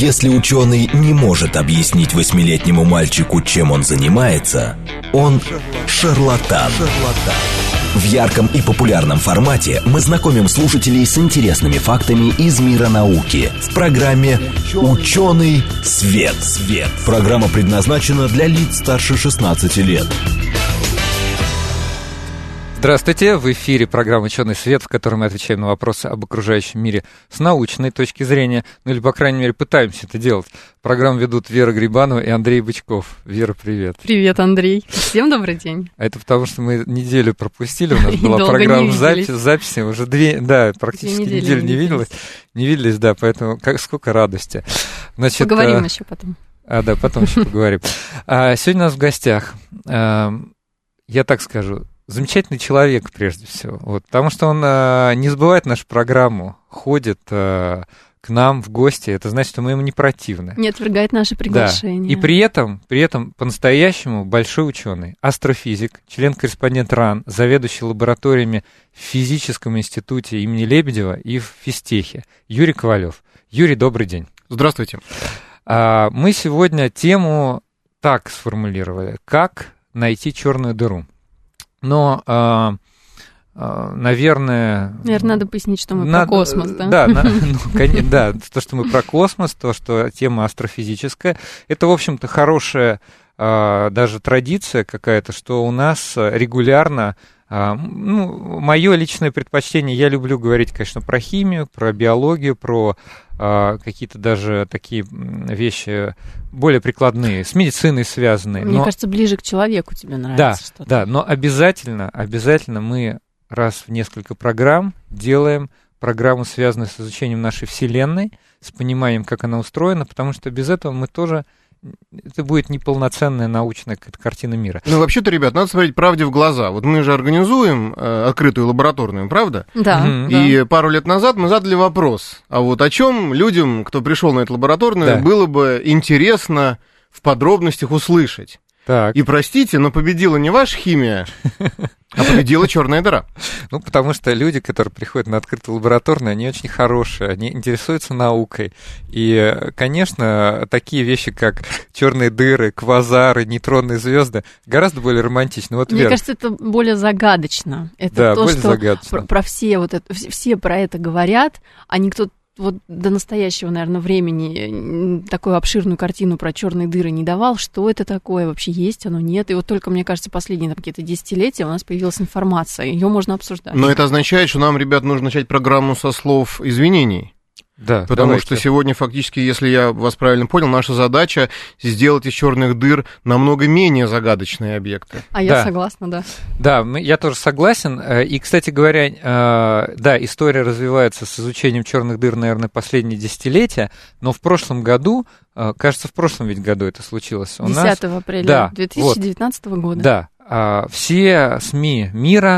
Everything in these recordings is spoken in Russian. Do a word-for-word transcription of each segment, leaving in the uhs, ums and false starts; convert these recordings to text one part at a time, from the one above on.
Если ученый не может объяснить восьмилетнему мальчику, чем он занимается, он шарлатан. В ярком и популярном формате мы знакомим слушателей с интересными фактами из мира науки в программе «Ученый свет». Свет. Программа предназначена для лиц старше шестнадцати лет. Здравствуйте, в эфире программа «Ученый свет», в которой мы отвечаем на вопросы об окружающем мире с научной точки зрения, ну или, по крайней мере, пытаемся это делать. Программу ведут Вера Грибанова и Андрей Бычков. Вера, привет. Привет, Андрей. Всем добрый день. А это потому, что мы неделю пропустили, у нас была программа записи, записи, уже две, да, практически неделю не виделись. Не виделись, да, поэтому как, сколько радости. Значит, поговорим а, еще потом. А, да, потом еще поговорим. А, сегодня у нас в гостях, а, я так скажу, замечательный человек, прежде всего, вот, потому что он а, не забывает нашу программу, ходит а, к нам в гости, это значит, что мы ему не противны. Не отвергает наши приглашения. Да. И при этом, при этом по-настоящему большой ученый, астрофизик, член-корреспондент РАН, заведующий лабораториями в Физическом институте имени Лебедева и в физтехе Юрий Ковалев. Юрий, добрый день. Здравствуйте. А, мы сегодня тему так сформулировали, как найти черную дыру. Но, э, э, наверное... Наверное, надо пояснить, что мы надо, про космос, да? Да, на, ну, конечно, да, то, что мы про космос, то, что тема астрофизическая, это, в общем-то, хорошая э, даже традиция какая-то, что у нас регулярно, э, ну, мое личное предпочтение, я люблю говорить, конечно, про химию, про биологию, про э, какие-то даже такие вещи более прикладные, с медициной связанные. Мне но... кажется, ближе к человеку тебе нравится да, что-то. Да, но обязательно, обязательно мы раз в несколько программ делаем программу, связанную с изучением нашей Вселенной, с пониманием, как она устроена, потому что без этого мы тоже... Это будет неполноценная научная картина мира. Ну, вообще-то, ребят, надо смотреть правде в глаза. Вот мы же организуем э, открытую лабораторную, правда? Да. Mm-hmm. И да. пару лет назад мы задали вопрос, а вот о чем людям, кто пришел на эту лабораторную, да. было бы интересно в подробностях услышать. Так. И простите, но победила не ваша химия, а победила черная дыра. Ну, потому что люди, которые приходят на открытую лабораторную, они очень хорошие, они интересуются наукой. И, конечно, такие вещи, как черные дыры, квазары, нейтронные звезды, гораздо более романтичны. Вот, Мне Вера. кажется, это более загадочно. Это да, то, более что загадочно. Про, про все вот это, все про это говорят, а никто вот до настоящего, наверное, времени такую обширную картину про черные дыры не давал. Что это такое? Вообще есть оно, нет? И вот только, мне кажется, последние там, какие-то десятилетия у нас появилась информация, ее можно обсуждать. Но это означает, что нам, ребят, нужно начать программу со слов извинений. Да, потому давайте. что сегодня фактически, если я вас правильно понял, наша задача сделать из черных дыр намного менее загадочные объекты. А я да. согласна, да. Да, я тоже согласен. И, кстати говоря, да, история развивается с изучением черных дыр, наверное, последние десятилетия, но в прошлом году, кажется, в прошлом ведь году это случилось. У десятого нас... апреля да, две тысячи девятнадцатого вот. года. Да. Все СМИ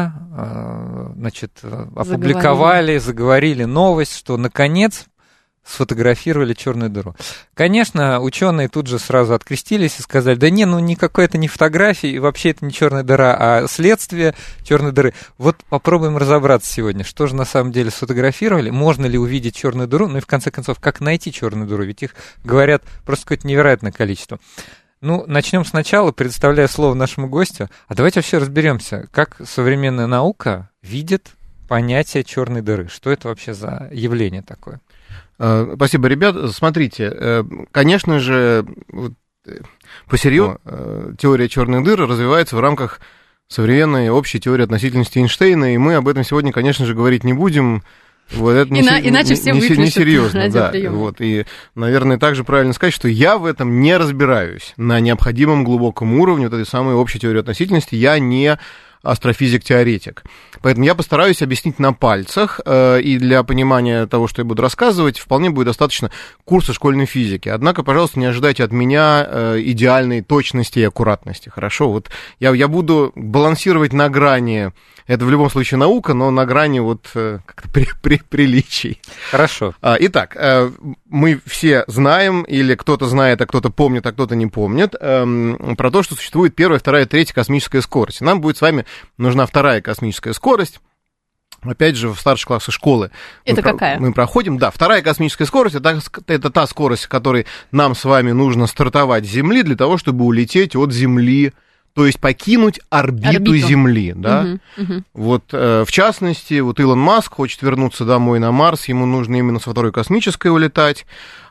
мира, значит, опубликовали, заговорили. заговорили новость, что, наконец, сфотографировали черную дыру. Конечно, ученые тут же сразу открестились и сказали, да не, ну никакой это не фотография, и вообще это не черная дыра, а следствие черной дыры. Вот попробуем разобраться сегодня, что же на самом деле сфотографировали, можно ли увидеть черную дыру, ну и в конце концов, как найти черную дыру, ведь их говорят просто какое-то невероятное количество. Ну, начнем сначала, предоставляя слово нашему гостю. А давайте вообще разберемся, как современная наука видит понятие черной дыры. Что это вообще за явление такое? Спасибо, ребят. Смотрите, конечно же, по-серьезному теория черных дыр развивается в рамках современной общей теории относительности Эйнштейна, и мы об этом сегодня, конечно же, говорить не будем. Вот это не, Ина- иначе не, все не, выключат не серьезно, да. радиоприемник. Вот, и, наверное, также правильно сказать, что я в этом не разбираюсь на необходимом глубоком уровне вот этой самой общей теории относительности. Я не астрофизик-теоретик. Поэтому я постараюсь объяснить на пальцах, э, и для понимания того, что я буду рассказывать, вполне будет достаточно курса школьной физики. Однако, пожалуйста, не ожидайте от меня э, идеальной точности и аккуратности, хорошо? Вот я, я буду балансировать на грани, это в любом случае наука, но на грани вот э, как-то при, при, приличий. Хорошо. А, итак, э, мы все знаем, или кто-то знает, а кто-то помнит, а кто-то не помнит, э, про то, что существует первая, вторая, третья космическая скорость. Нам будет с вами нужна вторая космическая скорость. опять же, в старших классах школы. Это мы какая? Про, мы проходим, да, вторая космическая скорость, это, это та скорость, которой нам с вами нужно стартовать с Земли для того, чтобы улететь от Земли, то есть покинуть орбиту, орбиту. Земли, да. Угу, угу. Вот, э, в частности, вот Илон Маск хочет вернуться домой на Марс, ему нужно именно со второй космической улетать,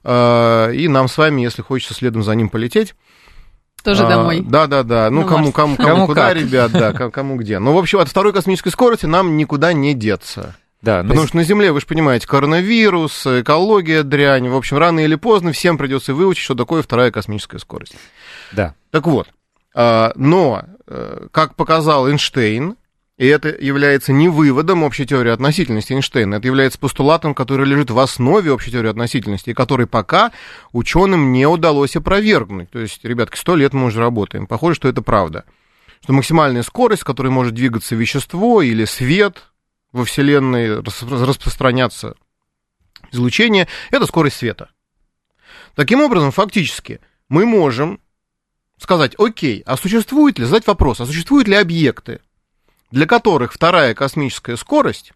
э, и нам с вами, если хочется следом за ним полететь, тоже а, домой. Да, да, да. Ну, кому, кому, кому, кому куда, как? Ребят, да, кому где. Ну, в общем, от второй космической скорости нам никуда не деться. Да, потому на... что на Земле, вы же понимаете, коронавирус, экология, дрянь. В общем, рано или поздно всем придется выучить, что такое вторая космическая скорость. Да. Так вот, но, как показал Эйнштейн, и это является не выводом общей теории относительности Эйнштейна, это является постулатом, который лежит в основе общей теории относительности, и который пока ученым не удалось опровергнуть. То есть, ребятки, сто лет мы уже работаем. Похоже, что это правда. Что максимальная скорость, с которой может двигаться вещество или свет во Вселенной, распространяться излучение, это скорость света. Таким образом, фактически, мы можем сказать, окей, а существует ли, задать вопрос, а существуют ли объекты, для которых вторая космическая скорость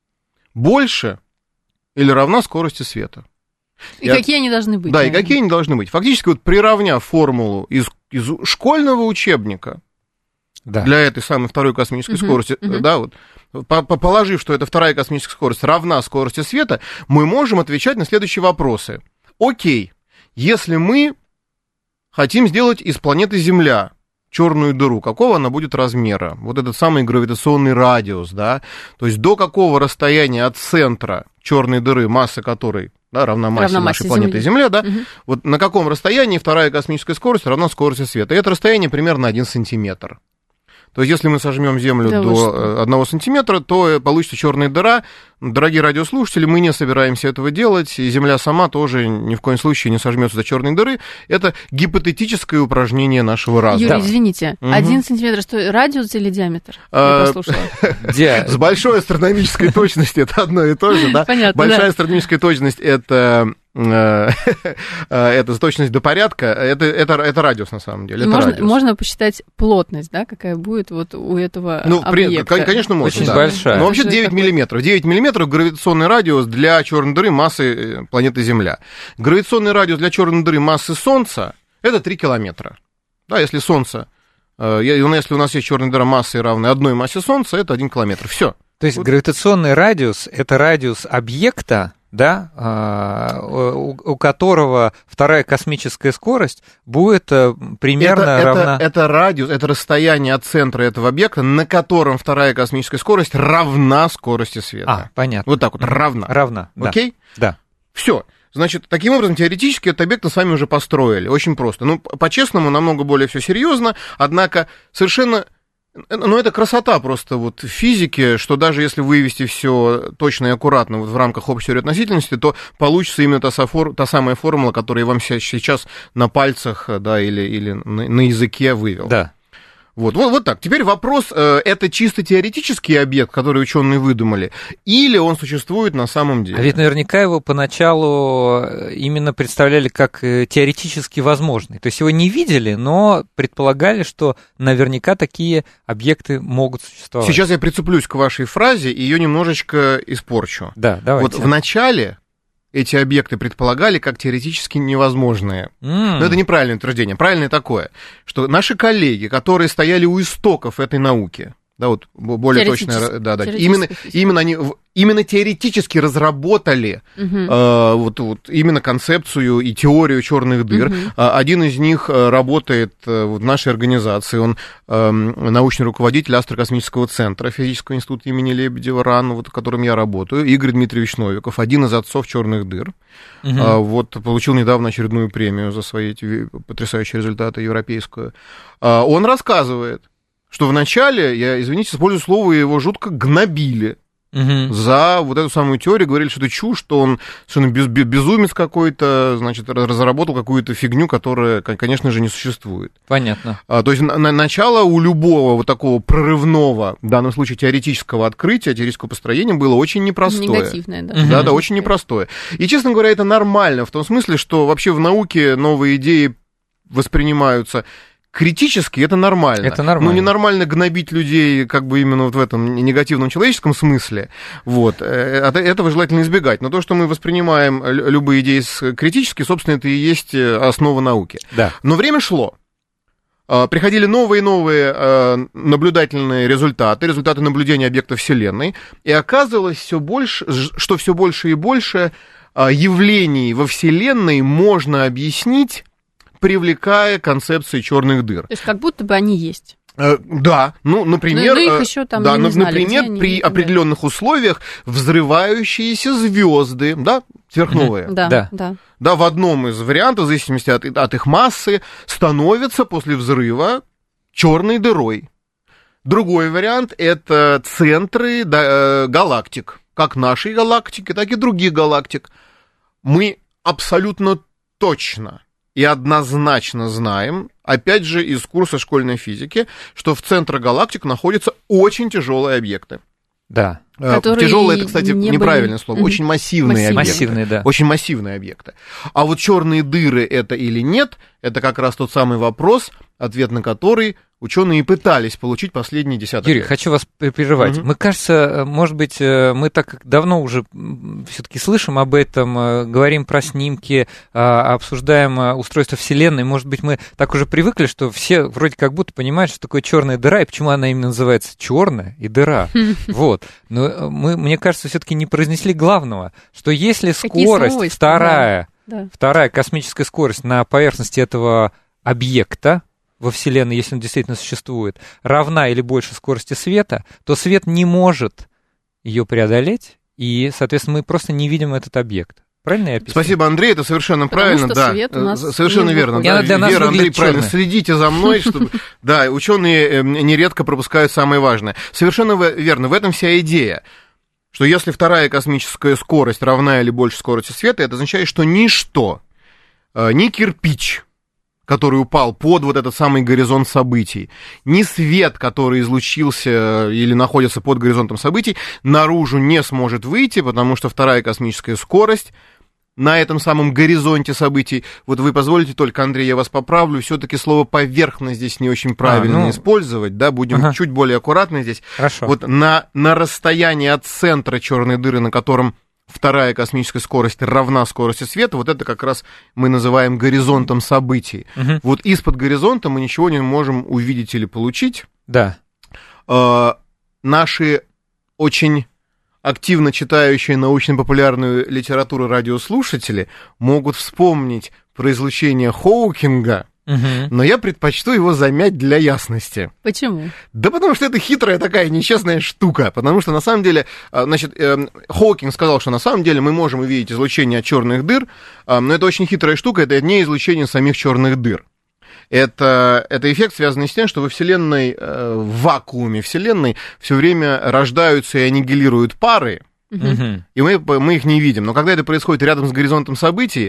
больше или равна скорости света. И, и какие от... они должны быть? Да, наверное. И какие они должны быть. Фактически, вот приравняв формулу из, из школьного учебника да. для этой самой второй космической uh-huh, скорости, uh-huh. да, вот, по- положив, что эта вторая космическая скорость равна скорости света, мы можем отвечать на следующие вопросы. Окей, если мы хотим сделать из планеты Земля черную дыру, какого она будет размера? Вот этот самый гравитационный радиус, да, то есть до какого расстояния от центра черной дыры, масса которой да, равна массе равна нашей массе планеты Земли. Земля, да, угу. вот на каком расстоянии вторая космическая скорость равна скорости света? И это расстояние примерно один сантиметр. То есть, если мы сожмем Землю да до одного сантиметра, то получится черная дыра. Дорогие радиослушатели, мы не собираемся этого делать, и Земля сама тоже ни в коем случае не сожмется до черной дыры. Это гипотетическое упражнение нашего разума. Юрий, извините, угу. один сантиметр, что радиус или диаметр? Я послушала. С большой астрономической точностью это одно и то же, да? Понятно, большая астрономическая точность это... это точность до порядка, это, это, это радиус на самом деле. Это можно, радиус. можно посчитать плотность, да, какая будет вот у этого ну, объекта. При, конечно, можно. Очень да. большая. Но вообще девять миллиметров. девять миллиметров гравитационный радиус для черной дыры массы планеты Земля. Гравитационный радиус для черной дыры массы Солнца это три километра. Да, если Солнце, если у нас есть черная дыра массой равной одной массе Солнца, это один километр. Все. То есть вот. Гравитационный радиус это радиус объекта, да, у, у которого вторая космическая скорость будет примерно это, равна... Это, это радиус, это расстояние от центра этого объекта, на котором вторая космическая скорость равна скорости света. А, понятно. Вот так вот, равна. Равна, Окей? Да. Все. Значит, таким образом, теоретически этот объект мы с вами уже построили. Очень просто. Ну, по-честному, намного более все серьезно, однако совершенно... Ну, это красота просто вот в физике, что даже если вывести все точно и аккуратно вот в рамках общей теории относительности, то получится именно та, софор, та самая формула, которую я вам сейчас на пальцах, да, или, или на, на языке вывел. Да. Вот, вот, вот так. Теперь вопрос, это чисто теоретический объект, который ученые выдумали, или он существует на самом деле? А ведь наверняка его поначалу именно представляли как теоретически возможный. То есть его не видели, но предполагали, что наверняка такие объекты могут существовать. Сейчас я прицеплюсь к вашей фразе и ее немножечко испорчу. Да, давайте. Вот в начале... эти объекты предполагали как теоретически невозможные. Mm. Но это неправильное утверждение. Правильное такое, что наши коллеги, которые стояли у истоков этой науки, да, вот более точно, да, да, именно, именно они именно теоретически разработали uh-huh. э, вот, вот именно концепцию и теорию черных дыр. Uh-huh. Один из них работает в нашей организации, он э, научный руководитель Астрокосмического центра Физического института имени Лебедева РАН, вот, в котором я работаю, Игорь Дмитриевич Новиков, один из отцов черных дыр. Uh-huh. Вот, получил недавно очередную премию за свои эти потрясающие результаты европейскую. Он рассказывает, что вначале, я, извините, использую слово, его жутко гнобили угу. за вот эту самую теорию, говорили, что это чушь, что он совершенно без, безумец какой-то, значит, разработал какую-то фигню, которая, конечно же, не существует. Понятно. А, то есть на, на начало у любого вот такого прорывного, в данном случае теоретического открытия, теоретического построения было очень непростое. Негативное, да. Да, да, очень непростое. И, честно говоря, это нормально, в том смысле, что вообще в науке новые идеи воспринимаются критически это нормально. Это нормально. Но ненормально гнобить людей как бы именно вот в этом негативном человеческом смысле. Вот. Этого желательно избегать. Но то, что мы воспринимаем любые идеи критически, собственно, это и есть основа науки. Да. Но время шло. Приходили новые и новые наблюдательные результаты, результаты наблюдения объектов Вселенной, и оказывалось все больше, что все больше и больше явлений во Вселенной можно объяснить, привлекая концепции черных дыр. То есть как будто бы они есть. Э, да, ну, например, но, но их еще там да, не знали, например, они, при да. определенных условиях взрывающиеся звезды, да, сверхновые. Да, да. да. Да, в одном из вариантов, в зависимости от, от их массы, становятся после взрыва черной дырой. Другой вариант — это центры да, галактик, как нашей галактики, так и других галактик. Мы абсолютно точно и однозначно знаем, опять же, из курса школьной физики, что в центре галактик находятся очень тяжелые объекты. Да. Тяжелые — это, кстати, не неправильное были... слово. Очень массивные, массивные. объекты. Массивные, да. Очень массивные объекты. А вот черные дыры это или нет, это как раз тот самый вопрос, ответ на который ученые пытались получить последние десяток Юрий, лет. хочу вас прервать. Угу. Мы, кажется, может быть, мы так давно уже все-таки слышим об этом, говорим про снимки, обсуждаем устройство Вселенной. Может быть, мы так уже привыкли, что все вроде как будто понимают, что такое черная дыра, и почему она именно называется черная и дыра. Вот. Но мы, мне кажется, все-таки не произнесли главного, что если скорость вторая, да. вторая космическая скорость на поверхности этого объекта во Вселенной, если он действительно существует, равна или больше скорости света, то свет не может ее преодолеть, и, соответственно, мы просто не видим этот объект. Правильно я описал? Спасибо, Андрей, это совершенно Потому правильно, что да. свет у нас совершенно верно. Да, для нас Вера, Андрей, черный. правильно, следите за мной, чтобы... Да, ученые нередко пропускают самое важное. Совершенно верно, в этом вся идея. Что если вторая космическая скорость равна или больше скорости света, это означает, что ничто, ни кирпич, который упал под вот этот самый горизонт событий, ни свет, который излучился или находится под горизонтом событий, наружу не сможет выйти, потому что вторая космическая скорость на этом самом горизонте событий, вот вы позволите только, Андрей, я вас поправлю, все-таки слово «поверхность» здесь не очень правильно а, ну... использовать, да, будем ага. чуть более аккуратны здесь. Хорошо. Вот на, на расстоянии от центра черной дыры, на котором вторая космическая скорость равна скорости света, вот это как раз мы называем горизонтом событий. Угу. Вот из-под горизонта мы ничего не можем увидеть или получить. Да. Э, наши очень активно читающие научно-популярную литературу радиослушатели могут вспомнить про излучение Хоукинга, угу. но я предпочту его замять для ясности. Почему? Да потому что это хитрая такая нечестная штука, потому что на самом деле, значит, Хокинг сказал, что на самом деле мы можем увидеть излучение от черных дыр, но это очень хитрая штука, это не излучение самих черных дыр. Это, это эффект, связанный с тем, что во Вселенной, в вакууме Вселенной все время рождаются и аннигилируют пары, угу. и мы, мы их не видим. Но когда это происходит рядом с горизонтом событий,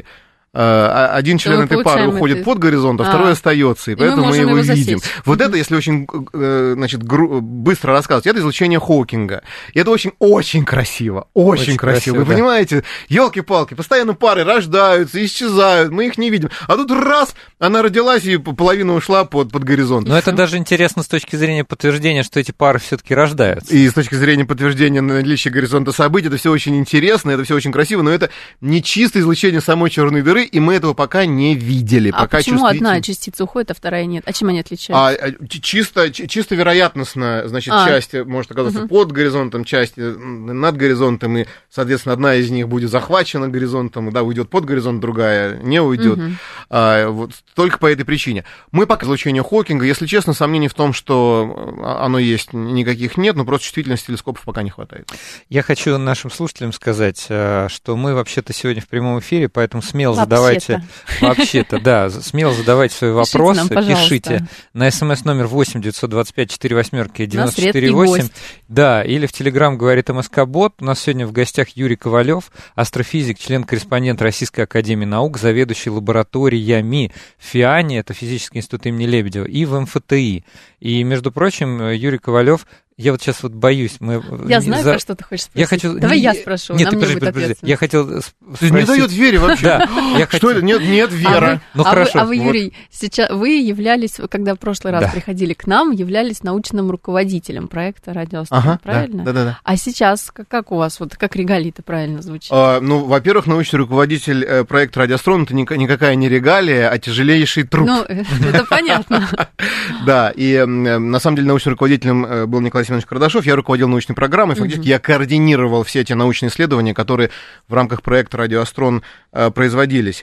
один член этой пары уходит это... под горизонт, а, а второй остается, и, и поэтому мы, мы его, его видим. Вот mm-hmm. это, если очень, значит, гру... быстро рассказывать, это излучение Хокинга. И это очень-очень красиво, очень, очень красиво. Вы да. понимаете, елки-палки, постоянно пары рождаются, исчезают, мы их не видим. А тут раз, она родилась и половина ушла под, под горизонт. Но это даже интересно с точки зрения подтверждения, что эти пары все-таки рождаются. И с точки зрения подтверждения наличия горизонта событий, это все очень интересно, это все очень красиво, но это не чистое излучение самой черной дыры, и мы этого пока не видели. А пока почему чувствительно... одна частица уходит, а вторая нет? А чем они отличаются? А, чисто, чисто вероятностно, значит, а. часть может оказаться угу. под горизонтом, часть над горизонтом, и, соответственно, одна из них будет захвачена горизонтом, да, уйдет под горизонт, другая не уйдет. Угу. А, вот, только по этой причине. Мы пока излучение Хокинга, если честно, сомнений в том, что оно есть, никаких нет, но просто чувствительности телескопов пока не хватает. Я хочу нашим слушателям сказать, что мы вообще-то сегодня в прямом эфире, поэтому смело задавайте. Давайте, вообще-то, да, смело задавайте свои пишите вопросы, нам, пишите на смс номер восемь девятьсот двадцать пять четыре восьмерки девяносто четыре восемь, да, или в Телеграм говорит МСК-бот. У нас сегодня в гостях Юрий Ковалев, астрофизик, член-корреспондент Российской академии наук, заведующий лабораториями в ФИАНе, это Физический институт имени Лебедева, и в МФТИ. И, между прочим, Юрий Ковалев, я вот сейчас вот боюсь. Мы я знаю, за... про что ты хочешь спросить. Я хочу... Давай не... я спрошу. Нет, ты подожди, подожди. Я хотел спросить... Не дает Вере вообще. Да. Что это? Нет, нет, Вера. Ну хорошо. А вы, Юрий, сейчас вы являлись, когда в прошлый раз приходили к нам, являлись научным руководителем проекта «Радиоастрон», правильно? Да, да, да. А сейчас как у вас, вот как регалия-то правильно звучит? Ну, во-первых, научный руководитель проекта «Радиоастрон» — это никакая не регалия, а тяжелейший труд. Ну, это понятно. Да, и на самом деле научным руководителем был Николай Семенович Кардашов, я руководил научной программой, фактически uh-huh. я координировал все эти научные исследования, которые в рамках проекта «Радиоастрон» производились.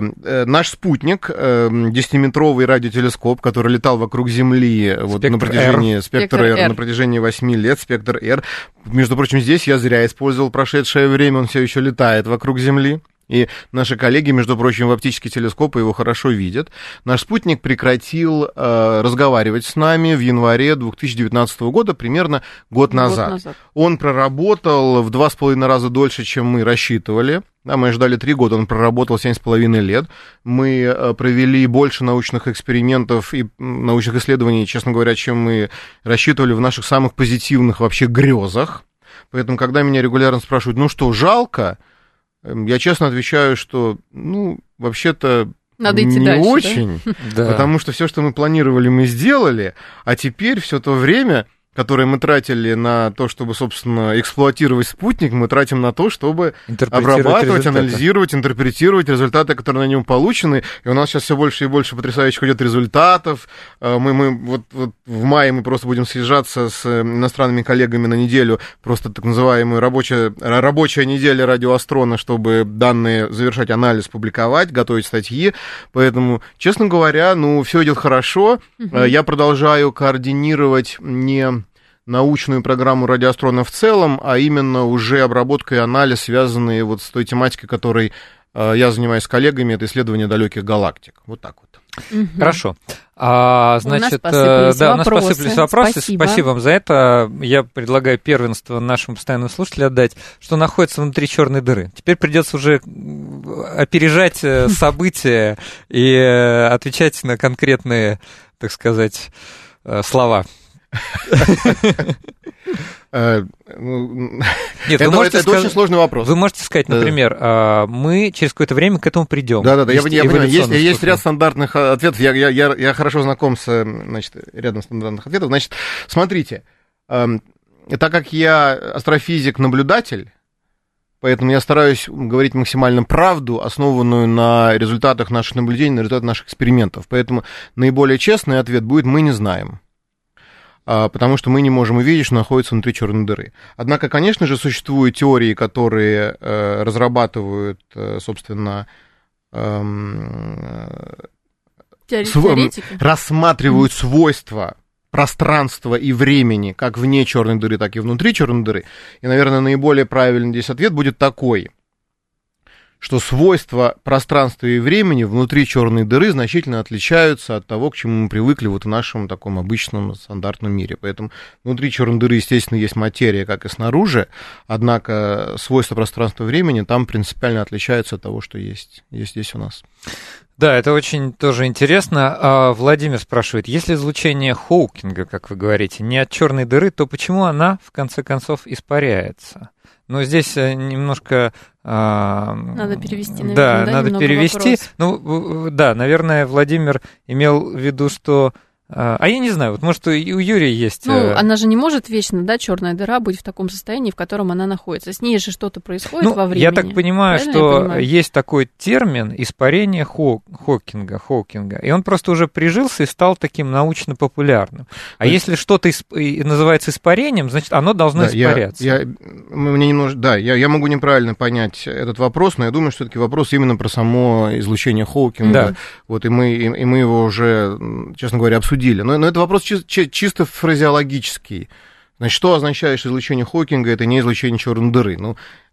Наш спутник, десятиметровый радиотелескоп, который летал вокруг Земли вот, на протяжении, спектр R, на протяжении восьми лет, спектр R. Между прочим, здесь я зря использовал прошедшее время, он все еще летает вокруг Земли. И наши коллеги, между прочим, в оптические телескопы его хорошо видят. Наш спутник прекратил э, разговаривать с нами в январе две тысячи девятнадцатого года, примерно год назад. Год назад. Он проработал в два с половиной раза дольше, чем мы рассчитывали. Да, мы ждали три года, он проработал семь с половиной лет. Мы э, провели больше научных экспериментов и научных исследований, честно говоря, чем мы рассчитывали в наших самых позитивных вообще грезах. Поэтому, когда меня регулярно спрашивают, ну что, жалко? Я честно отвечаю, что, ну, вообще-то надо идти не дальше, очень, да? Потому что все, что мы планировали, мы сделали, а теперь все то время, которое мы тратили на то, чтобы, собственно, эксплуатировать спутник, мы тратим на то, чтобы обрабатывать, результаты. анализировать, интерпретировать результаты, которые на нем получены. И у нас сейчас все больше и больше потрясающих идет результатов. Мы, мы вот, вот в мае мы просто будем съезжаться с иностранными коллегами на неделю, просто так называемую рабочая, рабочая неделя радиоастрона, чтобы данные завершать анализ, публиковать, готовить статьи. Поэтому, честно говоря, ну, все идет хорошо. Угу. Я продолжаю координировать не научную программу радиоастрона в целом, а именно уже обработка и анализ, связанные вот с той тематикой, которой э, я занимаюсь с коллегами, это исследование далеких галактик. Вот так вот. Угу. Хорошо. А, значит, у нас посыпались да, вопросы. У нас посыпались вопросы. Спасибо. Спасибо вам за это. Я предлагаю первенство нашим постоянным слушателям отдать, что находится внутри черной дыры. Теперь придется уже опережать события и отвечать на конкретные, так сказать, слова. Нет, это, это, это сказать, очень сложный вопрос. Вы можете сказать, например, да. мы через какое-то время к этому придем. Да, да, да. Я, я понимаю, есть, есть ряд стандартных ответов. Я, я, я, я хорошо знаком с, значит, рядом стандартных ответов. Значит, смотрите, э, так как я астрофизик-наблюдатель, поэтому я стараюсь говорить максимально правду, основанную на результатах наших наблюдений, на результатах наших экспериментов. Поэтому наиболее честный ответ будет: мы не знаем. Потому что мы не можем увидеть, что находится внутри черной дыры. Однако, конечно же, существуют теории, которые э, разрабатывают, э, собственно, э, св... рассматривают mm-hmm. свойства пространства и времени как вне черной дыры, так и внутри черной дыры. И, наверное, наиболее правильный здесь ответ будет такой, что свойства пространства и времени внутри черной дыры значительно отличаются от того, к чему мы привыкли вот в нашем таком обычном стандартном мире. Поэтому внутри черной дыры, естественно, есть материя, как и снаружи, однако свойства пространства и времени там принципиально отличаются от того, что есть, есть здесь у нас. Да, это очень тоже интересно. Владимир спрашивает, если излучение Хокинга, как вы говорите, не от черной дыры, то почему она, в конце концов, испаряется? Но здесь немножко... Надо перевести, наверное, да, да, надо перевести. Ну, да, наверное, Владимир имел в виду, что... А я не знаю, вот может, и у Юрия есть... Ну, она же не может вечно, да, черная дыра быть в таком состоянии, в котором она находится. С ней же что-то происходит ну, во времени. Я так понимаю, Правильно что понимаю? Есть такой термин испарение Хо- Хокинга, Хокинга, и он просто уже прижился и стал таким научно-популярным. А есть... если что-то исп... называется испарением, значит, оно должно да, испаряться. Я, я, мне немножко, да, я, я могу неправильно понять этот вопрос, но я думаю, что все-таки вопрос именно про само излучение Хокинга. Да. Вот, и, мы, и, и мы его уже, честно говоря, обсудили. Но, но это вопрос чи- чи- чисто фразеологический. Значит, что означает, что излучение Хокинга — это не излучение черной дыры? Ну,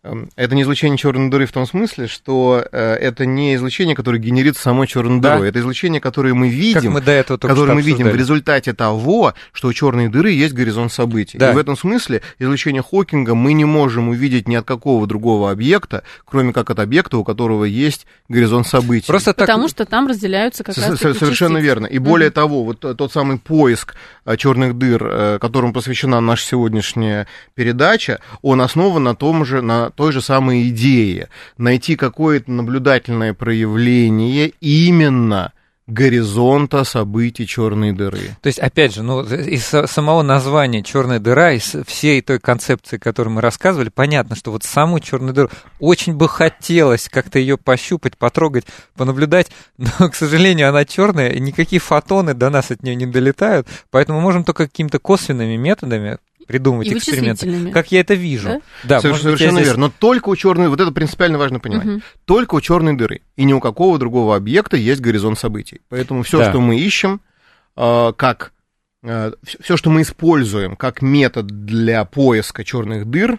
это не излучение черной дыры в том смысле, что это не излучение, которое генерится самой черной да. дырой. Это излучение, которое мы видим, мы до этого которое мы видим в результате того, что у черной дыры есть горизонт событий. Да. И в этом смысле излучение Хокинга мы не можем увидеть ни от какого другого объекта, кроме как от объекта, у которого есть горизонт событий. Просто Потому так... что там разделяются как раз таки Совершенно частицы. верно. И mm-hmm. более того, вот тот самый поиск черных дыр, которому посвящена наша сегодняшняя передача, он основан на том же, на той же самой идее. Найти какое-то наблюдательное проявление именно горизонта событий черной дыры. То есть, опять же, ну, из самого названия черная дыра, из всей той концепции, которую мы рассказывали, понятно, что вот саму черную дыру очень бы хотелось как-то ее пощупать, потрогать, понаблюдать, но, к сожалению, она черная, и никакие фотоны до нас от нее не долетают, поэтому мы можем только какими-то косвенными методами придумывать и эксперименты, как я это вижу. Да? Да, совершенно быть, здесь... верно. Но только у черной, вот это принципиально важно понимать, угу. только у черной дыры и ни у какого другого объекта есть горизонт событий. Поэтому все, да. что мы ищем, э, как э, все, что мы используем как метод для поиска черных дыр,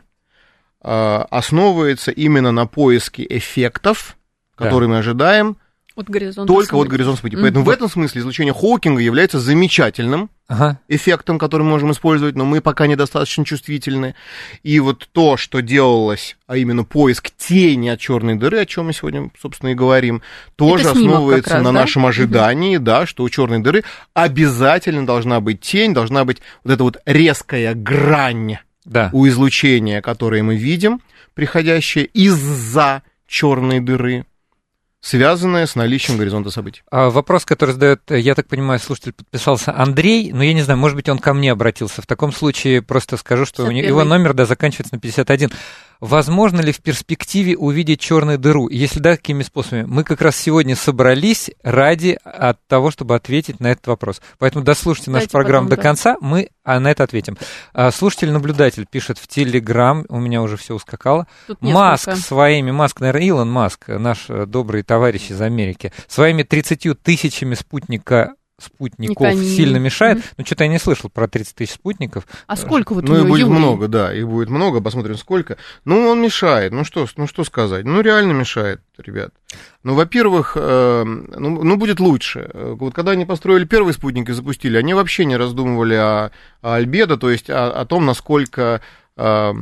э, основывается именно на поиске эффектов, которые да. мы ожидаем. От горизонта только событий. от горизонта событий. Mm-hmm. Поэтому в этом смысле излучение Хокинга является замечательным ага. эффектом, который мы можем использовать, но мы пока недостаточно чувствительны. И вот то, что делалось, а именно поиск тени от черной дыры, о чем мы сегодня, собственно, и говорим, тоже основывается раз, на да? нашем ожидании, mm-hmm. да, что у черной дыры обязательно должна быть тень, должна быть вот эта вот резкая грань да. у излучения, которое мы видим, приходящее из-за черной дыры, связанное с наличием горизонта событий. А вопрос, который задает, я так понимаю, слушатель подписался Андрей, но я не знаю, может быть, он ко мне обратился. В таком случае просто скажу, что у него, его номер да, заканчивается на пятьдесят один. Возможно ли в перспективе увидеть черную дыру? Если да, какими способами? Мы как раз сегодня собрались ради от того, чтобы ответить на этот вопрос. Поэтому дослушайте нашу программу потом, до да. конца, мы а, на это ответим. А, слушатель-наблюдатель пишет в Телеграм, у меня уже все ускакало. Маск своими, Маск, наверное, Илон Маск, наш добрый товарищ из Америки, своими тридцатью тысячами спутника спутников Никони. сильно мешает. Mm-hmm. Ну, что-то я не слышал про тридцать тысяч спутников. А сколько вот ну, у него Ну, и будет Юлии? много, да, их будет много, посмотрим, сколько. Ну, он мешает, ну что, ну, что сказать? Ну, реально мешает, ребят. Ну, во-первых, э, ну, ну, будет лучше. Вот когда они построили первый спутник и запустили, они вообще не раздумывали о, о альбедо, то есть о, о том, насколько... Э,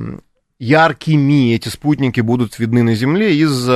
яркими эти спутники будут видны на Земле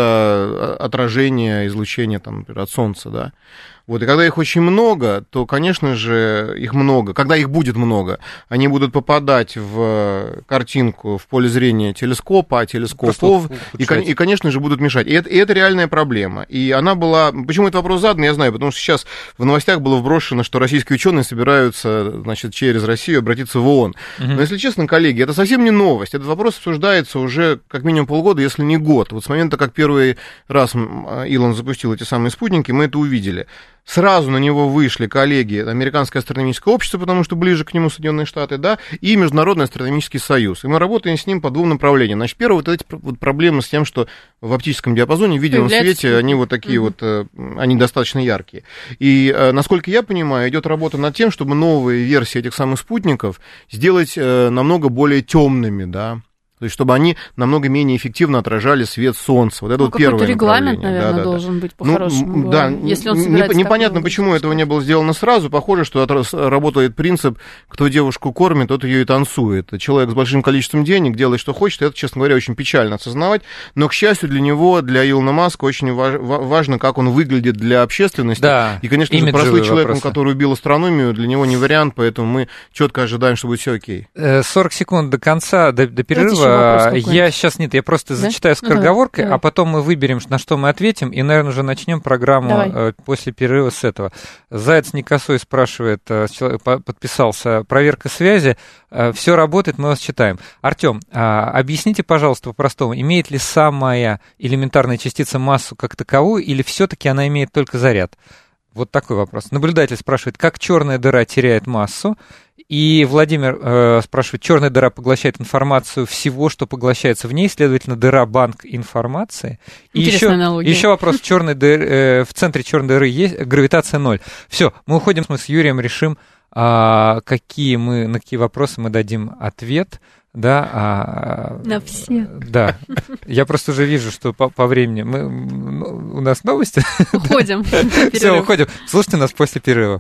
из-за отражения излучения, там, например, от Солнца, да. Вот, и когда их очень много, то, конечно же, их много. Когда их будет много, они будут попадать в картинку, в поле зрения телескопа, а телескопов, и, и, конечно же, будут мешать. И это, и это реальная проблема. И она была... Почему этот вопрос задан, я знаю, потому что сейчас в новостях было вброшено, что российские ученые собираются, значит, через Россию обратиться в ООН. Угу. Но, если честно, коллеги, это совсем не новость. Этот вопрос обсуждается уже как минимум полгода, если не год. Вот с момента, как первый раз Илон запустил эти самые спутники, мы это увидели. Сразу на него вышли коллеги Американское астрономическое общество, потому что ближе к нему Соединенные Штаты, да, и Международный астрономический союз. И мы работаем с ним по двум направлениям. Значит, первое, вот эти вот проблемы с тем, что в оптическом диапазоне, в видимом свете, они вот такие угу. вот, они достаточно яркие. И, насколько я понимаю, идет работа над тем, чтобы новые версии этих самых спутников сделать намного более темными, да. То есть, чтобы они намного менее эффективно отражали свет солнца. Вот это ну, вот первое регламент, направление. наверное, да, да, должен да. быть по-хорошему. Ну, да, если он не, непонятно, почему этого не было сделано сразу. Похоже, что работает принцип, кто девушку кормит, тот ее и танцует. Человек с большим количеством денег делает, что хочет. Это, честно говоря, очень печально осознавать. Но, к счастью, для него, для Илона Маска, очень важно, как он выглядит для общественности. Да, и, конечно же, прослыть человеком, который убил астрономию, для него не вариант, поэтому мы четко ожидаем, что будет все окей. сорок секунд до конца, до, до перерыва. Я сейчас нет, я просто да? зачитаю скороговоркой, ага, а потом мы выберем, на что мы ответим, и, наверное, уже начнем программу давай. После перерыва с этого. Заяц Никосой спрашивает, подписался, проверка связи, все работает, мы вас читаем. Артем, объясните, пожалуйста, по-простому, имеет ли самая элементарная частица массу как таковую, или все-таки она имеет только заряд? Вот такой вопрос. Наблюдатель спрашивает, как черная дыра теряет массу? И Владимир э, спрашивает, черная дыра поглощает информацию всего, что поглощается в ней, следовательно, дыра банк информации. И еще, еще вопрос, в, черной дыр, э, в центре черной дыры есть гравитация ноль. Все, мы уходим, мы с Юрием решим, э, какие мы, на какие вопросы мы дадим ответ. Да, а, на все. Да. Я просто уже вижу, что по, по времени мы, у нас новости. Уходим. Все, уходим. Слушайте нас после перерыва.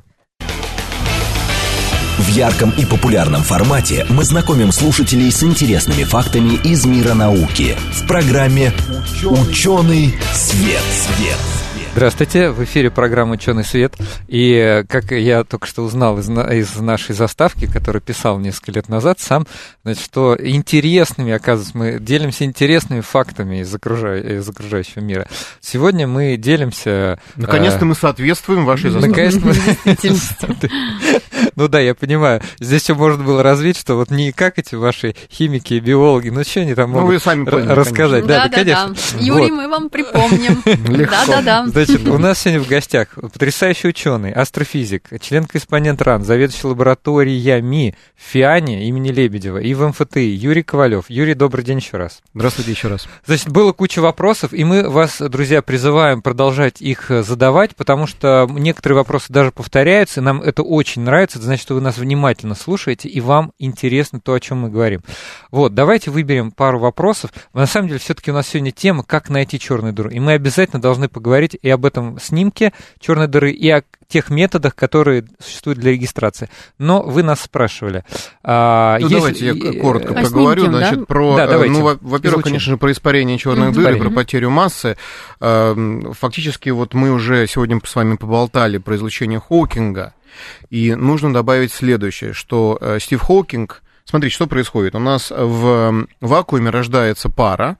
В ярком и популярном формате мы знакомим слушателей с интересными фактами из мира науки в программе «Ученый свет». Свет. Здравствуйте, в эфире программа «Ученый свет». И как я только что узнал из, из нашей заставки, которую писал несколько лет назад сам, значит, что интересными, оказывается, мы делимся интересными фактами из, окружа... из окружающего мира. Сегодня мы делимся... Наконец-то э... мы соответствуем вашей заставке. Наконец-то мы... Ну да, я понимаю. Здесь все можно было развить, что вот не как эти ваши химики и биологи, ну что они там могут ну, вы сами поняли, рассказать. Да, да, да, да. Юрий, мы вам припомним. Да-да-да. Значит, у нас сегодня в гостях потрясающий ученый, астрофизик, член-корреспондент РАН, заведующий лабораториями в ФИАНе имени Лебедева и в эм эф тэ и Юрий Ковалев. Юрий, добрый день еще раз. Здравствуйте еще раз. Значит, было куча вопросов, и мы вас, друзья, призываем продолжать их задавать, потому что некоторые вопросы даже повторяются, и нам это очень нравится, это значит, что вы нас внимательно слушаете, и вам интересно то, о чем мы говорим. Вот, давайте выберем пару вопросов. На самом деле, все-таки у нас сегодня тема «Как найти черную дыру», и мы обязательно должны поговорить и об этом снимке черной дыры, и о тех методах, которые существуют для регистрации. Но вы нас спрашивали. А, ну, есть... давайте я коротко а проговорю. Снимки, значит, да? Про, да, ну, во-первых, Изучим. конечно же, про испарение черной mm-hmm. дыры, про потерю массы. Фактически, вот мы уже сегодня с вами поболтали про излучение Хокинга, и нужно добавить следующее, что Стив Хокинг, смотрите, что происходит. У нас в вакууме рождается пара,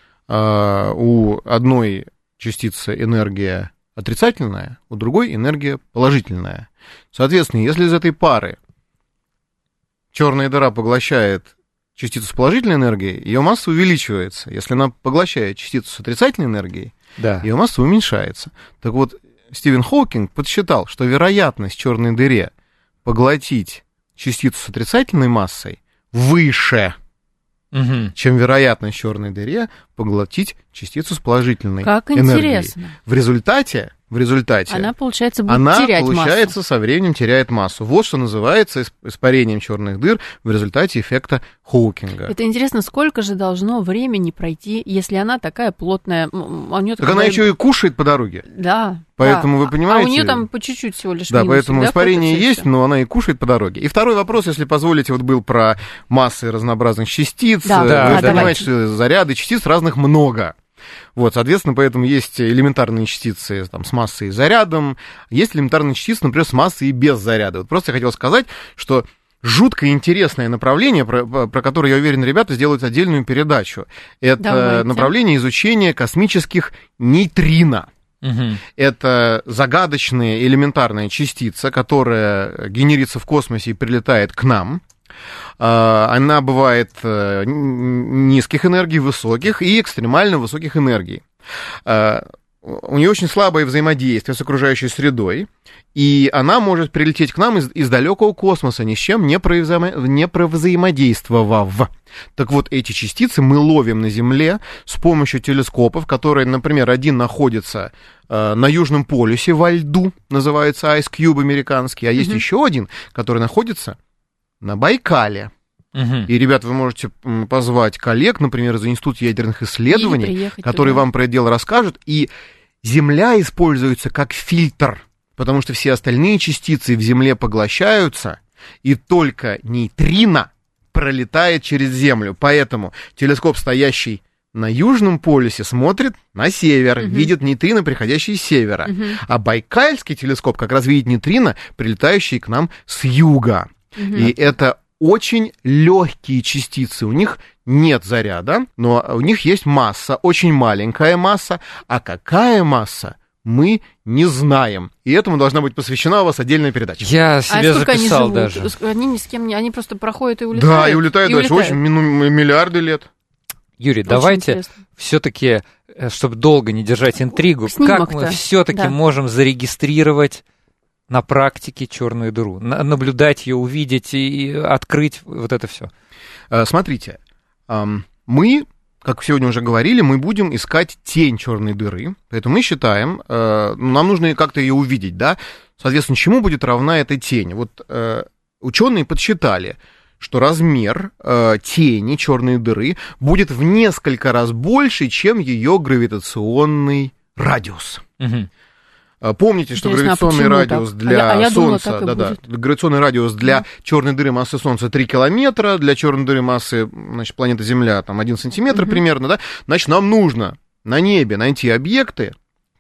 у одной частицы энергия отрицательная, у другой энергия положительная. Соответственно, если из этой пары черная дыра поглощает частицу с положительной энергией, ее масса увеличивается. Если она поглощает частицу с отрицательной энергией, да. ее масса уменьшается. Так вот, Стивен Хокинг подсчитал, что вероятность черной дыре поглотить частицу с отрицательной массой выше, угу. чем вероятность черной дыре поглотить частицу с положительной как энергией. Интересно. В результате, в результате она, получается, будет она, терять получается, массу. со временем теряет массу. Вот что называется испарением черных дыр в результате эффекта Хокинга. Это интересно, сколько же должно времени пройти, если она такая плотная? У нее так такая... она еще и кушает по дороге. Да. Поэтому да. вы понимаете... А у нее там по чуть-чуть всего лишь Да, минусик, поэтому да, испарение есть, но она и кушает по дороге. И второй вопрос, если позволите, вот был про массы разнообразных частиц. Да, вы да, понимаете, что заряды частиц разных много. Вот, соответственно, поэтому есть элементарные частицы там, с массой и зарядом, есть элементарные частицы, например, с массой и без заряда. Вот просто я хотел сказать, что жутко интересное направление, про, про которое, я уверен, ребята сделают отдельную передачу. Это Давайте. направление изучения космических нейтрино. Угу. Это загадочная элементарная частица, которая генерится в космосе и прилетает к нам. Она бывает низких энергий, высоких и экстремально высоких энергий. У нее очень слабое взаимодействие с окружающей средой, и она может прилететь к нам из, из далекого космоса, ни с чем не, провзаимо... не провзаимодействовав. Так вот, эти частицы мы ловим на Земле с помощью телескопов, которые, например, один находится э, на Южном полюсе во льду, называется Ice Cube американский, а есть mm-hmm. еще один, который находится на Байкале. Угу. И, ребят, вы можете позвать коллег, например, из Института ядерных исследований, которые туда. вам про это дело расскажут. И Земля используется как фильтр, потому что все остальные частицы в Земле поглощаются, и только нейтрино пролетает через Землю. Поэтому телескоп, стоящий на Южном полюсе, смотрит на север, угу. видит нейтрино, приходящие с севера. Угу. А Байкальский телескоп как раз видит нейтрино, прилетающие к нам с юга. Угу. И это очень легкие частицы, у них нет заряда, но у них есть масса, очень маленькая масса, а какая масса, мы не знаем. И этому должна быть посвящена у вас отдельная передача. Я себе а записал они даже. Они ни с кем не... Они просто проходят и улетают. Да, и улетают и дальше. Улетают. Очень миллиарды лет. Юрий, очень давайте все-таки, чтобы долго не держать интригу, снимок-то. Как мы все-таки да. можем зарегистрировать на практике черную дыру, наблюдать ее, увидеть и открыть вот это все. Смотрите, мы, как сегодня уже говорили, мы будем искать тень черной дыры, поэтому мы считаем, нам нужно как-то ее увидеть, да, соответственно, чему будет равна эта тень? Вот ученые подсчитали, что размер э, тени черной дыры будет в несколько раз больше, чем ее гравитационный радиус. Угу. Помните, что Интересно, гравитационный а радиус так? для а я, а я Солнца, думала, да, да, гравитационный радиус для mm. черной дыры массы Солнца три километра, для черной дыры массы, значит, планеты Земля там один сантиметр mm-hmm. примерно, да, значит, нам нужно на небе найти объекты,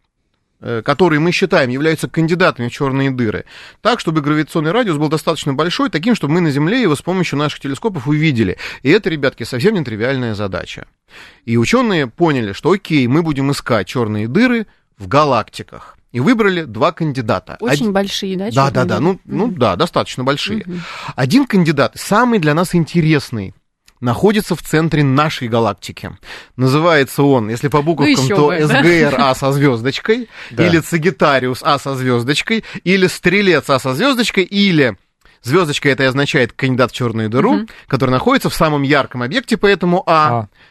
которые мы считаем являются кандидатами в черные дыры, так, чтобы гравитационный радиус был достаточно большой, таким, чтобы мы на Земле его с помощью наших телескопов увидели. И это, ребятки, совсем не тривиальная задача. И ученые поняли, что окей, мы будем искать черные дыры в галактиках. И выбрали два кандидата. Очень Один... большие, да? Да, да, да, дыры? ну, mm-hmm. ну да, достаточно большие. Mm-hmm. Один кандидат, самый для нас интересный, находится в центре нашей галактики. Называется он, если по буквам, ну, то бы, эс джи ар А со звездочкой, да. или Сагитариус А со звездочкой, или Стрелец А со звездочкой, или звездочка это означает кандидат в черную дыру, mm-hmm. который находится в самом ярком объекте, поэтому А. а.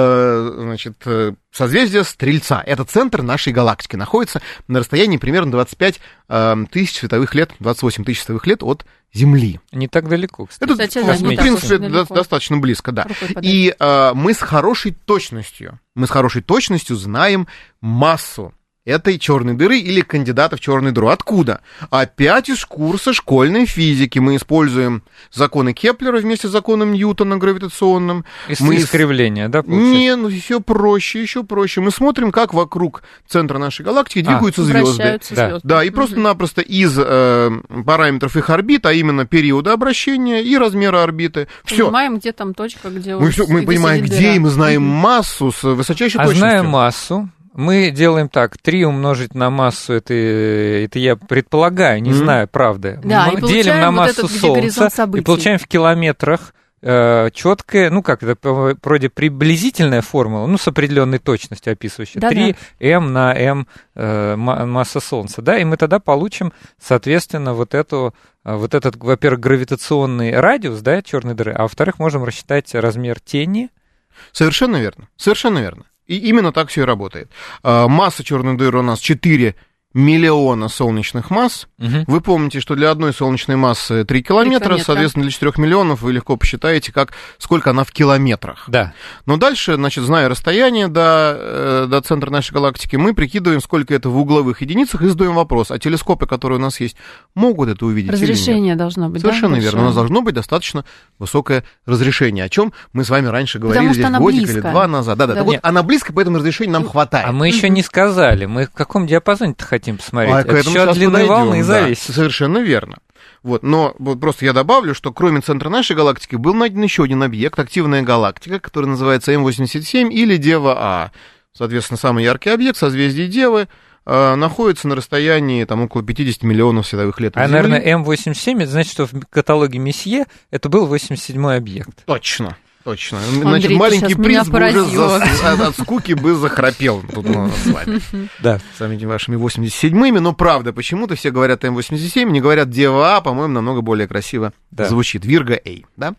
Значит, созвездие Стрельца. Это центр нашей галактики. Находится на расстоянии примерно двадцать пять тысяч световых лет, двадцать восемь тысяч световых лет от Земли. Не так далеко, кстати. Это, кстати, да, в принципе, далеко. достаточно близко, да. И а, мы с хорошей точностью, мы с хорошей точностью знаем массу этой черной дыры или кандидата в черную дыру. Откуда? Опять из курса школьной физики. Мы используем законы Кеплера вместе с законом Ньютона гравитационным. Из- мы искривления, да, получается? Не, ну еще проще, еще проще. Мы смотрим, как вокруг центра нашей галактики двигаются а, звезды. Да. звезды. Да, и угу. просто-напросто из э, параметров их орбит, а именно периода обращения и размера орбиты. Все. Понимаем, где там точка, где... Мы, все, мы понимаем, где, дыра. И мы знаем угу. массу с высочайшей а точностью. Знаем массу. Мы делаем так, три умножить на массу, это, это я предполагаю, не mm-hmm. знаю, правда. Да, мы делим на массу вот Солнца и получаем в километрах э, четкое, ну как это, вроде приблизительная формула, ну с определенной точностью описывающая, три эм на m э, масса Солнца, да, и мы тогда получим, соответственно, вот эту, вот этот, во-первых, гравитационный радиус, да, черной дыры, а во-вторых, можем рассчитать размер тени. Совершенно верно, совершенно верно. И именно так все и работает. Масса черной дыры у нас четыре миллиона солнечных масс. Угу. Вы помните, что для одной солнечной массы три километра, километра, соответственно, для четырёх миллионов вы легко посчитаете, как, сколько она в километрах. Да. Но дальше, значит, зная расстояние до, до центра нашей галактики, мы прикидываем, сколько это в угловых единицах, и задаем вопрос, а телескопы, которые у нас есть, могут это увидеть или нет? Разрешение должно быть, Совершенно да? верно. У нас должно быть достаточно высокое разрешение, о чем мы с вами раньше говорили здесь годик близко. Или два назад. Да, да, да. Вот она близко, поэтому разрешения нам хватает. А мы еще не сказали, мы в каком диапазоне-то хотим посмотреть. А это еще от длины волны и зависит. Да, совершенно верно. Вот, но вот просто я добавлю, что кроме центра нашей галактики был найден еще один объект, активная галактика, который называется эм восемьдесят семь или Дева А. Соответственно, самый яркий объект, созвездие Девы, э, находится на расстоянии там, около пятьдесят миллионов световых лет от а, Земли. наверное, эм восемьдесят семь, это значит, что в каталоге Месье это был восемьдесят седьмой объект. Точно. Точно. Андрей, значит, маленький принц бы уже за, от, от скуки бы захрапел тут ну, с вами. Да. С вами вашими восемьдесят седьмыми, но правда, почему-то все говорят эм восемьдесят семь, не говорят Дева А, по-моему, намного более красиво да. звучит. Вирга А, да?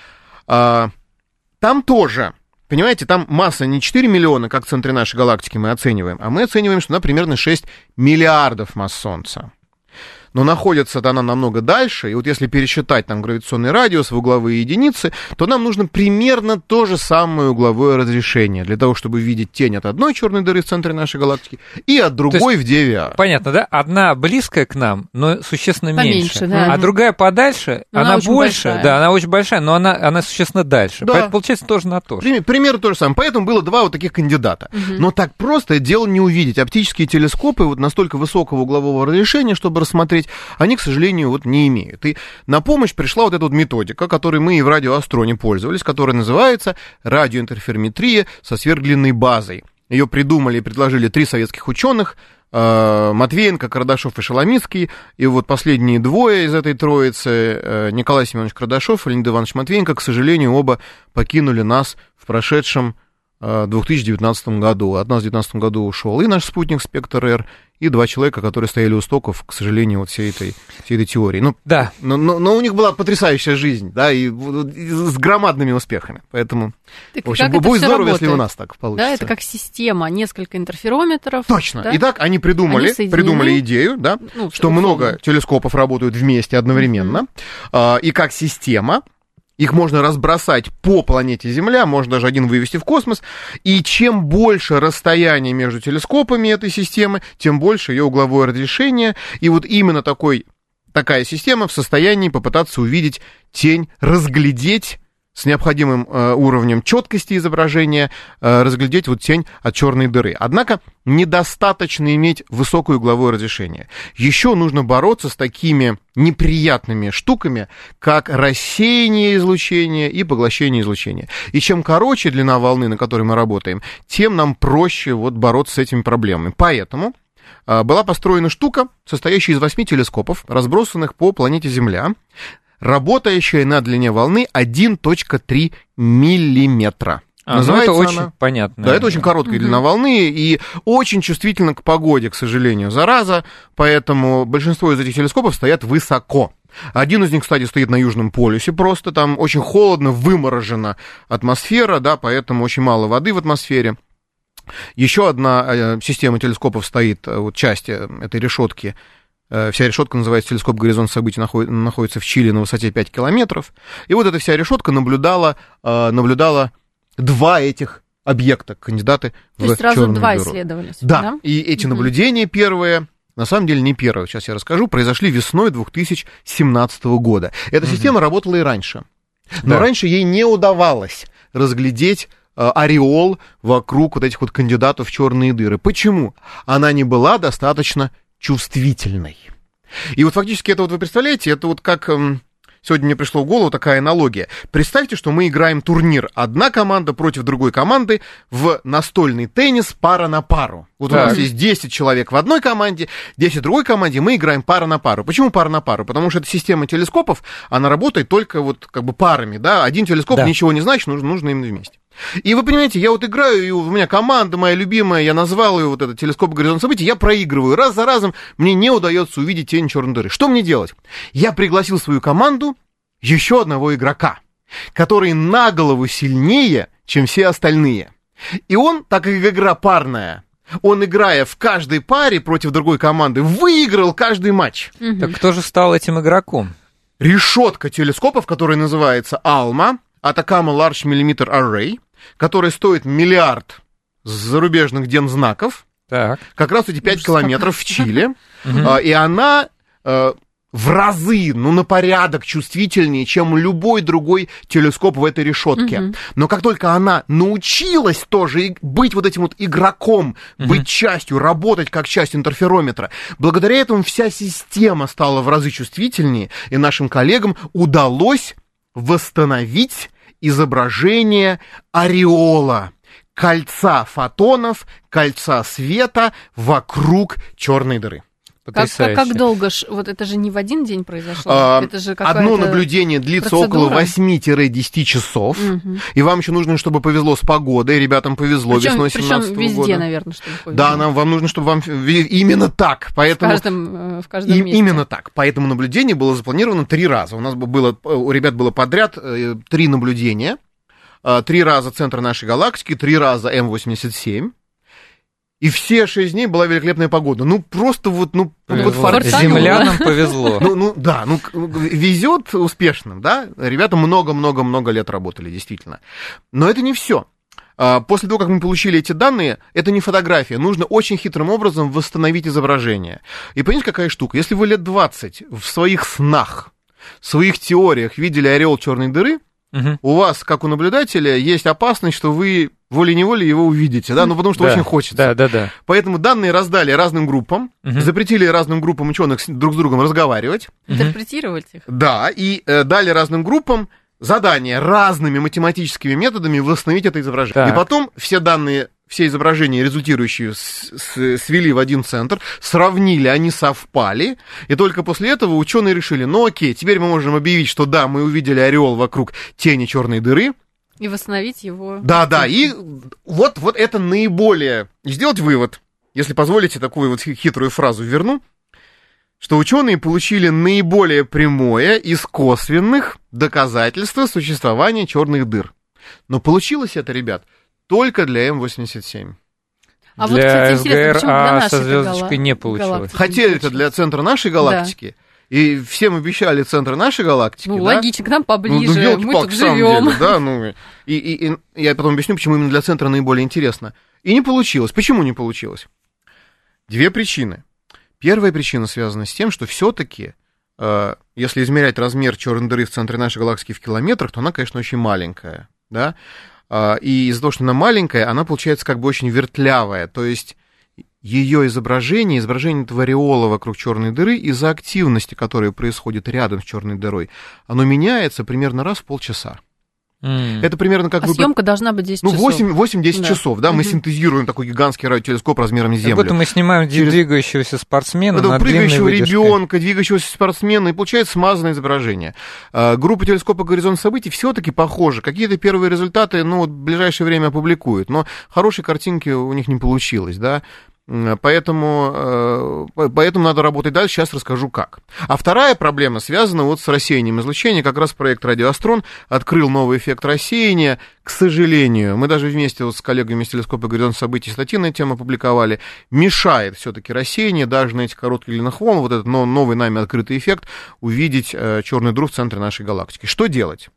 А, там тоже, понимаете, там масса не четыре миллиона, как в центре нашей галактики мы оцениваем, а мы оцениваем, что она примерно шесть миллиардов масс Солнца. Но находится она намного дальше, и вот если пересчитать там гравитационный радиус в угловые единицы, то нам нужно примерно то же самое угловое разрешение для того, чтобы видеть тень от одной черной дыры в центре нашей галактики и от другой есть, в Деве А. Понятно, да? Одна близкая к нам, но существенно Поменьше, меньше, да. а другая подальше, но она, она больше, большая. Да, она очень большая, но она, она существенно дальше. Да. Поэтому получается тоже на то же. Примерно то же самое. Поэтому было два вот таких кандидата. Угу. Но так просто дело не увидеть. Оптические телескопы вот настолько высокого углового разрешения, чтобы рассмотреть, они, к сожалению, вот не имеют. И на помощь пришла вот эта вот методика, которой мы и в радиоастроне пользовались, которая называется радиоинтерферометрия со сверхдлинной базой. Ее придумали и предложили три советских ученых, Матвеенко, Кардашов и Шаламицкий. И вот последние двое из этой троицы, Николай Семенович Кардашов и Леонид Иванович Матвеенко, к сожалению, оба покинули нас в прошедшем две тысячи девятнадцатом году. От нас в две тысячи девятнадцатом году ушел и наш спутник «Спектр-Р», и два человека, которые стояли у истоков, к сожалению, вот всей этой, всей этой теории. Ну, да. но, но, но у них была потрясающая жизнь, да, и, и с громадными успехами. Поэтому, так в общем, будет здорово, работает? Если у нас так получится. Да, это как система, несколько интерферометров. Точно. Да? Итак, они придумали, они придумали идею, да, ну, что условно. Много телескопов работают вместе одновременно, mm-hmm. и как система Их можно разбросать по планете Земля, можно даже один вывести в космос. И чем больше расстояние между телескопами этой системы, тем больше ее угловое разрешение. И вот именно такой, такая система в состоянии попытаться увидеть тень, разглядеть с необходимым э, уровнем четкости изображения, э, разглядеть вот тень от черной дыры. Однако недостаточно иметь высокое угловое разрешение. Еще нужно бороться с такими неприятными штуками, как рассеяние излучения и поглощение излучения. И чем короче длина волны, на которой мы работаем, тем нам проще вот бороться с этими проблемами. Поэтому э, была построена штука, состоящая из восьми телескопов, разбросанных по планете Земля, работающая на длине волны один целых три миллиметра. А, называется ну это она... очень понятно. Да, это очень короткая угу. длина волны и очень чувствительна к погоде, к сожалению, зараза, поэтому большинство из этих телескопов стоят высоко. Один из них, кстати, стоит на Южном полюсе просто, там очень холодно, выморожена атмосфера, да, поэтому очень мало воды в атмосфере. Еще одна система телескопов стоит, вот часть этой решетки. Вся решетка называется телескоп «Горизонт событий», находится в Чили на высоте пять километров. И вот эта вся решетка наблюдала, наблюдала два этих объекта, кандидаты в черную дыру. То есть сразу два исследовались. Да, да? И эти угу. наблюдения первые, на самом деле не первые, сейчас я расскажу, произошли весной две тысячи семнадцатого года. Эта угу. система работала и раньше. Но да. раньше ей не удавалось разглядеть ореол вокруг вот этих вот кандидатов в черные дыры. Почему? Она не была достаточно чувствительной. И вот фактически это вот вы представляете, это вот как... Эм, сегодня мне пришло в голову такая аналогия. Представьте, что мы играем турнир. Одна команда против другой команды в настольный теннис пара на пару. Вот так. У нас есть десять человек в одной команде, десять в другой команде, мы играем пара на пару. Почему пара на пару? Потому что эта система телескопов, она работает только вот как бы парами, да? Один телескоп да. ничего не значит, нужно, нужно именно вместе. И вы понимаете, я вот играю, и у меня команда моя любимая, я назвал ее вот этот телескоп «Горизонт событий», я проигрываю. Раз за разом мне не удается увидеть тень черной дыры. Что мне делать? Я пригласил в свою команду еще одного игрока, который на голову сильнее, чем все остальные. И он, так как игра парная, он, играя в каждой паре против другой команды, выиграл каждый матч. Угу. Так кто же стал этим игроком? Решетка телескопов, которая называется «Алма», Atacama Large Millimeter Array, который стоит миллиард зарубежных дензнаков, так. как раз эти пять километров в Чили, и она в разы, ну, на порядок чувствительнее, чем любой другой телескоп в этой решетке. Uh-huh. Но как только она научилась тоже быть вот этим вот игроком, uh-huh. быть частью, работать как часть интерферометра, благодаря этому вся система стала в разы чувствительнее, и нашим коллегам удалось восстановить изображение ореола, кольца фотонов, кольца света вокруг черной дыры. Как, как, как долго ж, вот это же не в один день произошло? А, это же одно наблюдение длится процедура. Около восемь-десять часов, угу. и вам еще нужно, чтобы повезло с погодой, ребятам повезло причем, весной семнадцатого года. Причем везде, наверное, чтобы повезло. Да, нам, вам нужно, чтобы вам именно так, поэтому... В каждом, в каждом и, месте. Именно так, поэтому наблюдение было запланировано три раза. У нас было, у ребят было подряд три наблюдения, три раза центр нашей галактики, три раза эм восемьдесят семь. И все шесть дней была великолепная погода. Ну, просто вот, ну, вот фортуна. Землянам повезло. Ну, ну, да, ну, везет успешным, да. Ребята много-много-много лет работали, действительно. Но это не все. После того, как мы получили эти данные, это не фотография. Нужно очень хитрым образом восстановить изображение. И понимаете, какая штука? Если вы лет двадцать в своих снах, в своих теориях видели ореол черной дыры, угу. у вас, как у наблюдателя, есть опасность, что вы волей-неволей его увидите, да, ну потому что да, очень хочется. Да, да, да. Поэтому данные раздали разным группам, угу. запретили разным группам ученых друг с другом разговаривать. Интерпретировать их. Да, и э, дали разным группам задание разными математическими методами восстановить это изображение. Так. И потом все данные, все изображения, результирующие, с, с, свели в один центр, сравнили, они совпали, и только после этого ученые решили, ну окей, теперь мы можем объявить, что да, мы увидели ореол вокруг тени черной дыры. И восстановить его. Да, да, и вот, вот это наиболее... Сделать вывод, если позволите такую вот хитрую фразу верну, что ученые получили наиболее прямое из косвенных доказательств существования черных дыр. Но получилось это, ребят, только для эм восемьдесят семь. А для вот, кстати, эс гэ эр, а со звездочкой не получилось. Хотели это для центра нашей галактики. Да. И всем обещали центр нашей галактики. Ну, да? логично, к нам поближе, ну, мы палки, тут живем. Да, ну, и, и, и я потом объясню, почему именно для центра наиболее интересно. И не получилось. Почему не получилось? Две причины. Первая причина связана с тем, что все-таки, э, если измерять размер черной дыры в центре нашей галактики в километрах, то она, конечно, очень маленькая, да. Э, и из-за того, что она маленькая, она получается как бы очень вертлявая. То есть ее изображение, изображение этого ореола вокруг черной дыры из-за активности, которая происходит рядом с черной дырой, оно меняется примерно раз в полчаса. Mm. Это примерно как... А вы... съемка должна быть десять ну, часов. восемь-десять да. часов, да, mm-hmm. мы синтезируем такой гигантский радиотелескоп размером с Землю. Как будто мы снимаем Через... двигающегося спортсмена это на прыгающего длинной ребенка, двигающегося спортсмена, и получается смазанное изображение. А, группа телескопа «Горизонт событий» все-таки похожа. Какие-то первые результаты, ну, вот в ближайшее время опубликуют, но хорошей картинки у них не получилось, да. Поэтому, поэтому надо работать дальше, сейчас расскажу как. А вторая проблема связана вот с рассеянием излучения. Как раз проект «Радиоастрон» открыл новый эффект рассеяния. К сожалению, мы даже вместе вот с коллегами из телескопа «Горизонт событий» статьи на эту тему опубликовали. Мешает все-таки рассеяние даже на этих коротких длинных волн, вот этот новый нами открытый эффект, увидеть черную дыру в центре нашей галактики. Что делать?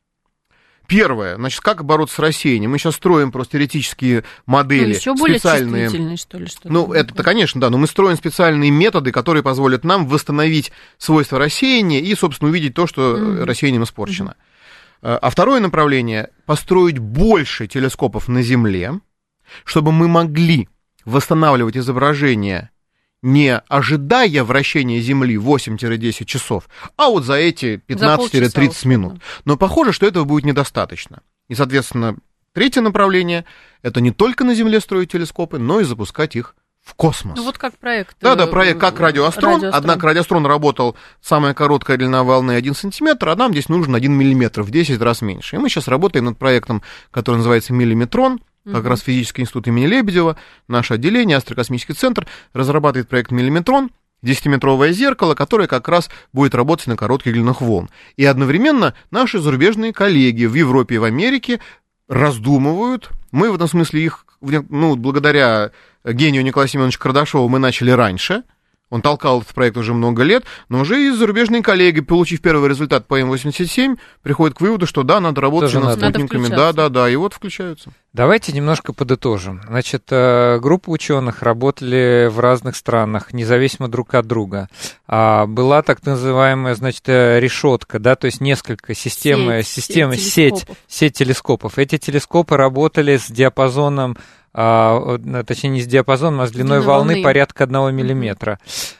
Первое, значит, как бороться с рассеянием? Мы сейчас строим просто теоретические модели. Ну, еще более специальные... чувствительные, что ли? Что-то ну, это-то, конечно, да, но мы строим специальные методы, которые позволят нам восстановить свойства рассеяния и, собственно, увидеть то, что mm-hmm. рассеянием испорчено. Mm-hmm. А второе направление — построить больше телескопов на Земле, чтобы мы могли восстанавливать изображение, не ожидая вращения Земли восемь-десять часов, а вот за эти пятнадцать-тридцать минут. Но похоже, что этого будет недостаточно. И, соответственно, третье направление — это не только на Земле строить телескопы, но и запускать их в космос. Ну вот как проект. Да, да, проект как радиоастрон. радиоастрон. Однако радиоастрон работал, самая короткая длина волны один сантиметр, а нам здесь нужен один миллиметр, в десять раз меньше. И мы сейчас работаем над проектом, который называется «Миллиметрон». Как mm-hmm. раз физический институт имени Лебедева, наше отделение, Астрокосмический центр, разрабатывает проект «Миллиметрон», десятиметровое зеркало, которое как раз будет работать на коротких длинах волн. И одновременно наши зарубежные коллеги в Европе и в Америке раздумывают. Мы в этом смысле их, ну, благодаря гению Николая Семеновича Кардашова мы начали раньше. Он толкал этот проект уже много лет, но уже и зарубежные коллеги, получив первый результат по эм восемьдесят семь, приходят к выводу, что да, надо работать над спутниками. Да, да, да, и вот включаются. Давайте немножко подытожим. Значит, группа ученых работали в разных странах, независимо друг от друга. Была так называемая, значит, решетка, да, то есть несколько систем, сеть, системы, сеть, сеть, сеть телескопов. Эти телескопы работали с диапазоном, а, точнее, не с диапазоном, а с длиной волны, волны порядка одного миллиметра.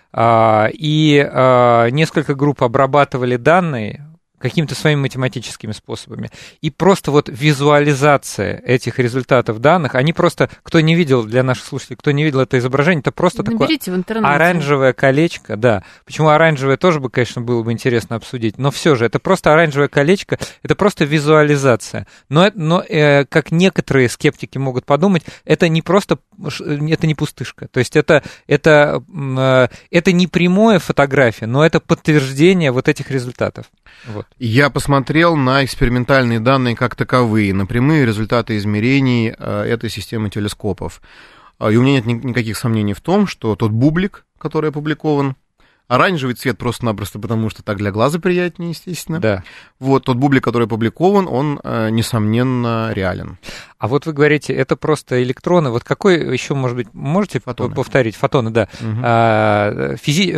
А, и а, несколько групп обрабатывали данные какими-то своими математическими способами. И просто вот визуализация этих результатов данных, они просто, кто не видел, для наших слушателей, кто не видел это изображение, это просто Наберите такое оранжевое колечко, да. Почему оранжевое тоже бы, конечно, было бы интересно обсудить, но все же, это просто оранжевое колечко, это просто визуализация. Но, но э, как некоторые скептики могут подумать, это не просто, это не пустышка. То есть это, это, э, это не прямая фотография, но это подтверждение вот этих результатов. Вот. Я посмотрел на экспериментальные данные как таковые, на прямые результаты измерений э, этой системы телескопов. И у меня нет ни- никаких сомнений в том, что тот бублик, который опубликован, оранжевый цвет просто-напросто потому, что так для глаза приятнее, естественно. Да. Вот тот бублик, который опубликован, он, э, несомненно, реален. А вот вы говорите, это просто электроны. Вот какой еще, может быть, можете фотоны. повторить? Фотоны, да. Угу. А, физи...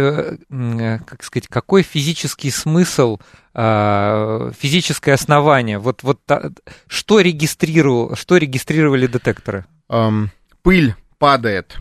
как сказать, какой физический смысл, физическое основание? Вот, вот что регистрировал, что регистрировали детекторы? Um, пыль падает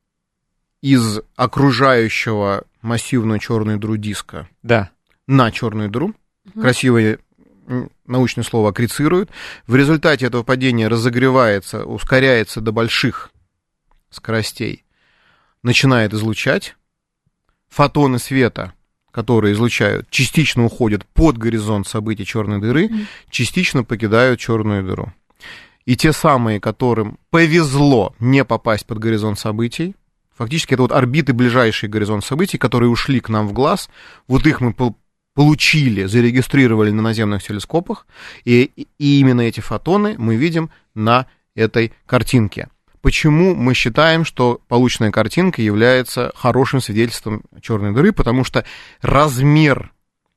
из окружающего массивную черную дыру диска да. на черную дыру. Угу. Красивое научное слово аккрецирует. В результате этого падения разогревается, ускоряется до больших скоростей, начинает излучать. Фотоны света, которые излучают, частично уходят под горизонт событий черной дыры, mm-hmm. частично покидают черную дыру. И те самые, которым повезло не попасть под горизонт событий, фактически это вот орбиты ближайший горизонт событий, которые ушли к нам в глаз, вот их мы получили, зарегистрировали на наземных телескопах, и, и именно эти фотоны мы видим на этой картинке. Почему мы считаем, что полученная картинка является хорошим свидетельством черной дыры? Потому что размер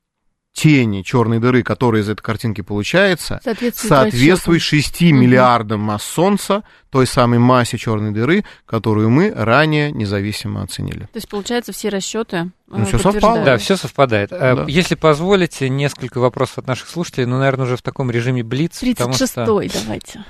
тени черной дыры, которая из этой картинки получается, соответствует, соответствует шести миллиардам масс Солнца, той самой массе черной дыры, которую мы ранее независимо оценили. То есть, получается, все расчеты ну, все совпало. Да, все совпадает. Да. Если позволите, несколько вопросов от наших слушателей, ну, наверное, уже в таком режиме блиц. тридцать шестой, что... давайте,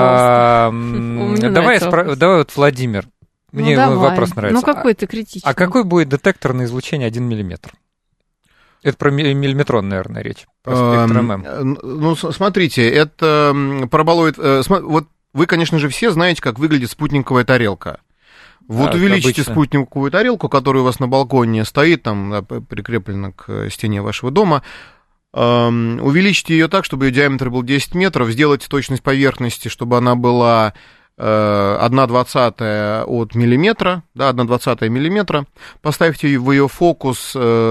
пожалуйста. Давай, спро... давай вот Владимир. Мне ну, вопрос нравится. Ну, какой-то критичный. А какой будет детекторное излучение один миллиметр? Это про миллиметрон, наверное, речь. Про спектр ММ. Ну, смотрите, это параболоид... Вот вы, конечно же, все знаете, как выглядит спутниковая тарелка. Вот да, увеличите обычно. Спутниковую тарелку, которая у вас на балконе стоит, там прикреплена к стене вашего дома. Увеличьте ее так, чтобы ее диаметр был десять метров. Сделайте точность поверхности, чтобы она была... одна двадцатая от миллиметра, да, одна двадцатая миллиметра, поставьте в ее фокус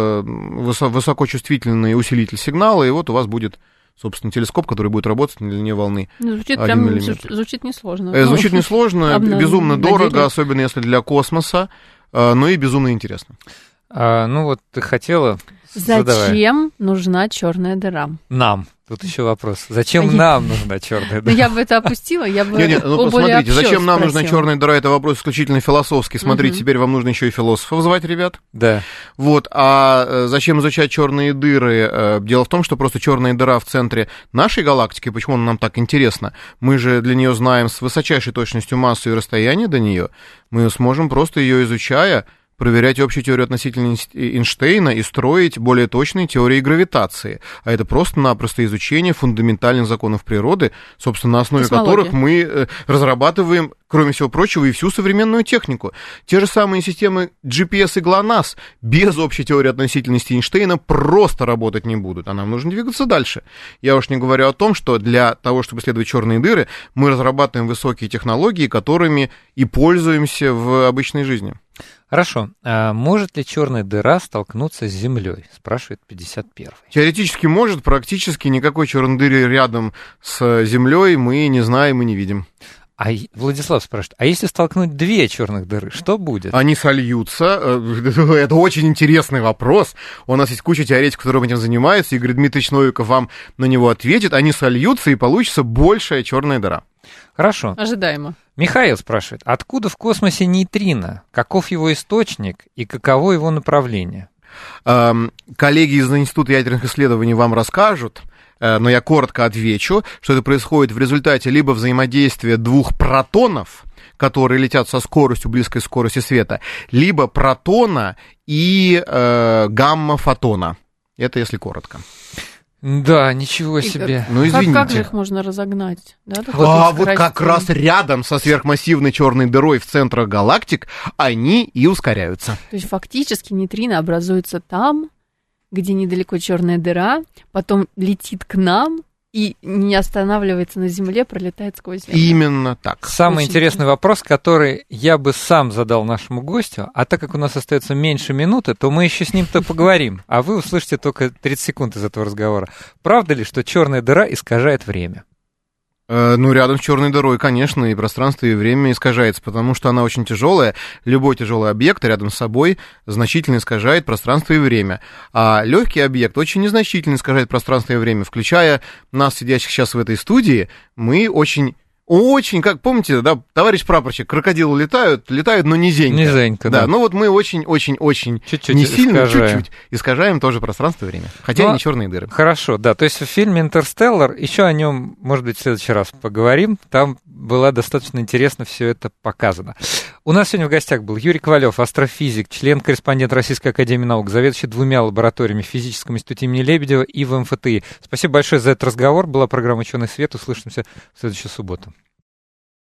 высокочувствительный усилитель сигнала, и вот у вас будет, собственно, телескоп, который будет работать на длине волны. Звучит прям, звучит несложно. Звучит несложно, безумно дорого, особенно если для космоса, но и безумно интересно. А, ну вот ты хотела... Зачем Задавай. нужна черная дыра? Нам. Тут еще вопрос. Зачем а нам я... нужна черная дыра? Ну, я бы это опустила, я бы не, не, ну, посмотрите, зачем нам спросила. нужна черная дыра? Это вопрос исключительно философский. Смотрите, угу. теперь вам нужно еще и философов звать, ребят. Да. Вот. А зачем изучать черные дыры? Дело в том, что просто черная дыра в центре нашей галактики, почему она нам так интересна? Мы же для нее знаем с высочайшей точностью массу и расстояние до нее. Мы сможем просто ее изучая проверять общую теорию относительности Эйнштейна и строить более точные теории гравитации. А это просто-напросто изучение фундаментальных законов природы, собственно, на основе которых мы разрабатываем, кроме всего прочего, и всю современную технику. Те же самые системы джи пи эс и ГЛОНАСС без общей теории относительности Эйнштейна просто работать не будут, а нам нужно двигаться дальше. Я уж не говорю о том, что для того, чтобы исследовать черные дыры, мы разрабатываем высокие технологии, которыми и пользуемся в обычной жизни. Хорошо. А может ли черная дыра столкнуться с Землей? Спрашивает пятьдесят первый. Теоретически может, практически никакой черной дыры рядом с Землей мы не знаем и не видим. А Владислав спрашивает, а если столкнуть две черных дыры, что будет? Они сольются. Это очень интересный вопрос. У нас есть куча теоретиков, которые этим занимаются. Игорь Дмитриевич Новиков вам на него ответит. Они сольются, и получится большая черная дыра. Хорошо. Ожидаемо. Михаил спрашивает, откуда в космосе нейтрино? Каков его источник и каково его направление? Коллеги из Института ядерных исследований вам расскажут, но я коротко отвечу, что это происходит в результате либо взаимодействия двух протонов, которые летят со скоростью, близкой скорости света, либо протона и э, гамма-фотона. Это если коротко. Да, ничего себе. И, ну, извините. Как, как же их можно разогнать? Да, а вот как раз рядом со сверхмассивной черной дырой в центрах галактик они и ускоряются. То есть фактически нейтрино образуется там, где недалеко черная дыра, потом летит к нам и не останавливается на Земле, пролетает сквозь Землю. Именно так. Самый Очень интересный интересно. вопрос, который я бы сам задал нашему гостю, а так как у нас остается меньше минуты, то мы еще с ним-то поговорим, а вы услышите только тридцать секунд из этого разговора. Правда ли, что черная дыра искажает время? Ну, рядом с черной дырой, конечно, и пространство, и время искажается, потому что она очень тяжелая. Любой тяжелый объект рядом с собой значительно искажает пространство и время. А легкий объект очень незначительно искажает пространство и время. Включая нас, сидящих сейчас в этой студии, мы очень... Очень, как помните, да, товарищ прапорщик, крокодилы летают, летают, но низенько. Низенько, да. Да, ну вот мы очень-очень-очень чуть-чуть не сильно, искажаем. чуть-чуть искажаем тоже пространство и время. Хотя но, и не черные дыры. Хорошо, да, то есть в фильме «Интерстеллар», еще о нем, может быть, в следующий раз поговорим, там было достаточно интересно все это показано. У нас сегодня в гостях был Юрий Ковалев, астрофизик, член-корреспондент Российской академии наук, заведующий двумя лабораториями в физическом институте имени Лебедева и в эм эф тэ и. Спасибо большое за этот разговор. Была программа «Ученый свет». Услышимся в следующую субботу.